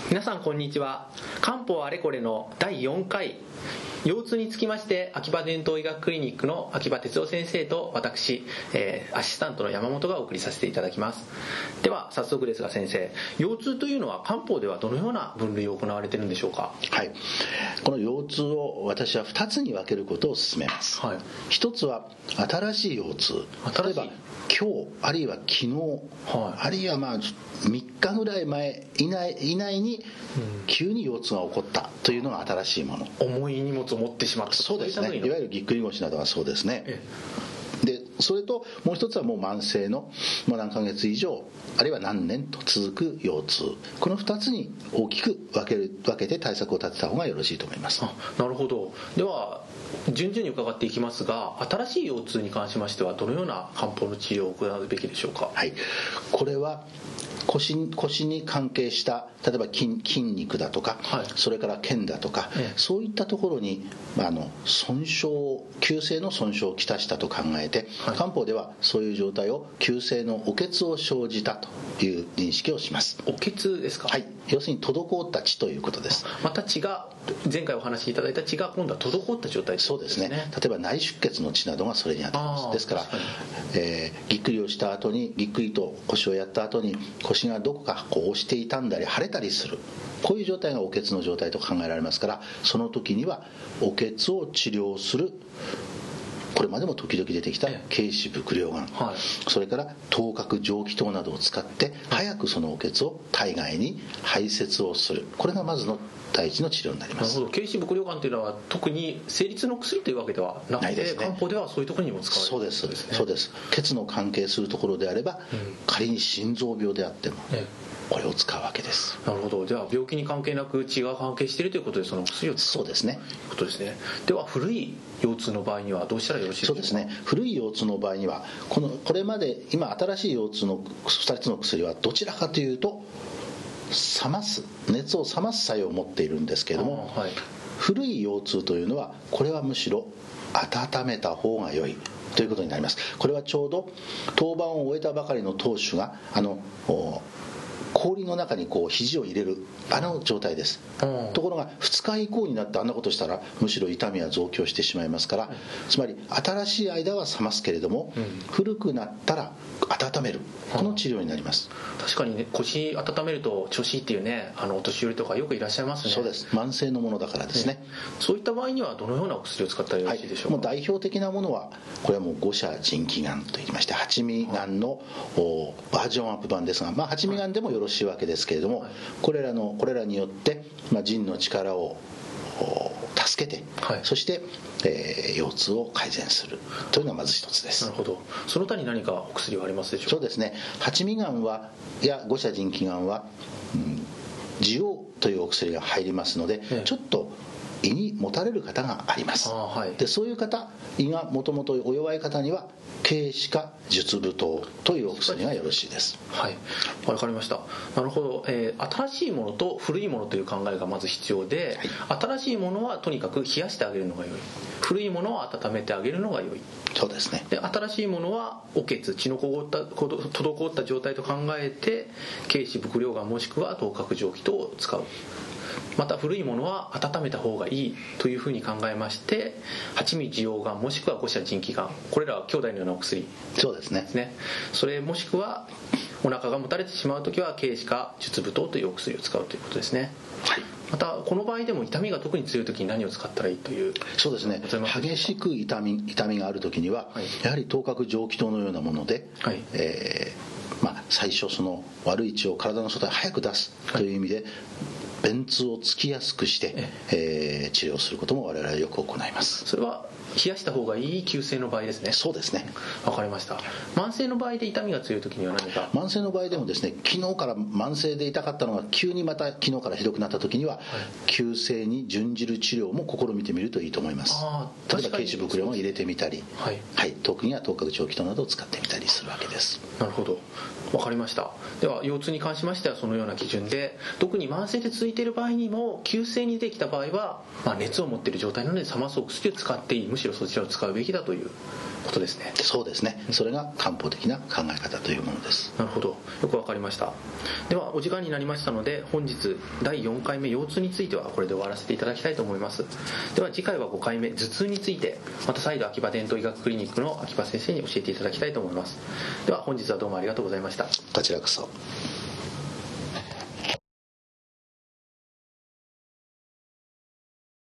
皆さんこんにちは。漢方あれこれの第4回、腰痛につきまして秋葉伝統医学クリニックの秋葉哲夫先生と私、アシスタントの山本がお送りさせていただきます。では早速ですが先生、腰痛というのは漢方ではどのような分類を行われているんでしょうか？ はい、この腰痛を私は2つに分けることを勧めます。 はい、 一つは新しい腰痛、例えば今日あるいは昨日、あるいは3日ぐらい前以内に急に腰痛が起こったというのが新しいもの。 重い荷物を持ってしまった。 そうですね、いわゆるぎっくり腰などはそうですね。でそれともう一つはもう慢性の何ヶ月以上あるいは何年と続く腰痛、この2つに大きく分けて対策を立てた方がよろしいと思います。 なるほど。では順々に伺っていきますが、新しい腰痛に関しましてはどのような漢方の治療を行うべきでしょうか？ はい、これは腰に関係した例えば筋肉だとか、それから腱だとか、そういったところに急性の損傷をきたしたと考えて、漢方ではそういう状態を急性のお血を生じたという認識をします。 お血ですか？ はい、要するに滞った血ということです。 また血が、前回お話しいただいた血が今度は滞った状態ですね。 そうですね。例えば内出血の血などがそれに当たります。ですから、ぎっくりをした後にぎっくりと腰をやった後に腰がどこか押して痛んだり腫れたりする、こういう状態がお血の状態と考えられますから、その時にはお血を治療する、これまでも時々出てきた軽視伏量丸、それから頭角蒸気湯などを使って早くそのお血を体外に排泄をする、これがまずの第一の治療になります。 なるほど。軽視伏量丸というのは特に生理痛の薬というわけではなくて、ね、漢方ではそういうところにも使われる。 そうです。血の関係するところであれば、仮に心臓病であっても、これを使うわけです。 なるほど。じゃあ病気に関係なく血が関係しているということでその薬を使う。 そうですね。 ことですね。では古い腰痛の場合にはどうしたらよろしいでしょうか？ そうですね。古い腰痛の場合にはこれまで今新しい腰痛の2つの薬はどちらかというと熱を冷ます作用を持っているんですけれども、古い腰痛というのはこれはむしろ温めた方が良いということになります。これはちょうど当番を終えたばかりの投手が氷の中に肘を入れる状態です。ところが2日以降になってあんなことしたらむしろ痛みは増強してしまいますから、つまり新しい間は冷ますけれども、古くなったら温める、この治療になります。 確かにね、腰温めると調子いいっていうね、お年寄りとかよくいらっしゃいますね。 そうです。慢性のものだからですね。 そういった場合にはどのようなお薬を使ったらよろしいでしょうか？ もう代表的なものはこれはもう五社腎気丸といいまして、八味丸のバージョンアップ版ですが、八味丸でもよろしいわけですけれども、これらによって腎の力を助けて、そして腰痛を改善するというのがまず一つです。 なるほど。その他に何かお薬はありますでしょうか？ そうですね。八味丸や五社腎気丸は、滋養というお薬が入りますので、ちょっと胃にもたれる方があります。でそういう方、胃がもともとお弱い方には軽視化術舞踏というお薬がよろしいです。 はい、わかりました。なるほど。新しいものと古いものという考えがまず必要で、新しいものはとにかく冷やしてあげるのが良い、古いものは温めてあげるのが良い。 そうですね。 で新しいものはお血、血の滞った状態と考えて軽視伏量丸もしくは頭角蒸気等を使う。また古いものは温めた方がいいというふうに考えまして、八味滋養丸もしくは五社腎気丸、これらは兄弟のようなお薬。 そうですね。 それもしくはお腹がもたれてしまうときは軽視化術舞踏というお薬を使うということですね。またこの場合でも痛みが特に強いときに何を使ったらいいという。 そうですね。激しく痛みがあるときには、やはり頭角蒸気湯のようなもので、最初その悪い血を体の外に早く出すという意味で、便通をつきやすくして、治療することも我々はよく行います。 それは冷やした方がいい急性の場合ですね。 そうですね。 わかりました。慢性の場合で痛みが強い時には何か？ 慢性の場合でもですね、昨日から慢性で痛かったのが急にまた昨日からひどくなった時には、急性に準じる治療も試みてみるといいと思います。例えば軽視伏量を入れてみたり、特には頭角蒸気湯などを使ってみたりするわけです。 なるほど。 わかりました。では腰痛に関しましてはそのような基準で、特に慢性で続いている場合にも急性に出てきた場合は、熱を持っている状態なので冷ますお薬を使っていい、むしろそちらを使うべきだということですね。 そうですね。それが漢方的な考え方というものです。 なるほど、よくわかりました。ではお時間になりましたので、本日第4回目腰痛についてはこれで終わらせていただきたいと思います。では次回は5回目頭痛について、また再度秋葉伝統医学クリニックの秋葉先生に教えていただきたいと思います。では本日はどうもありがとうございました。 こちらこそ。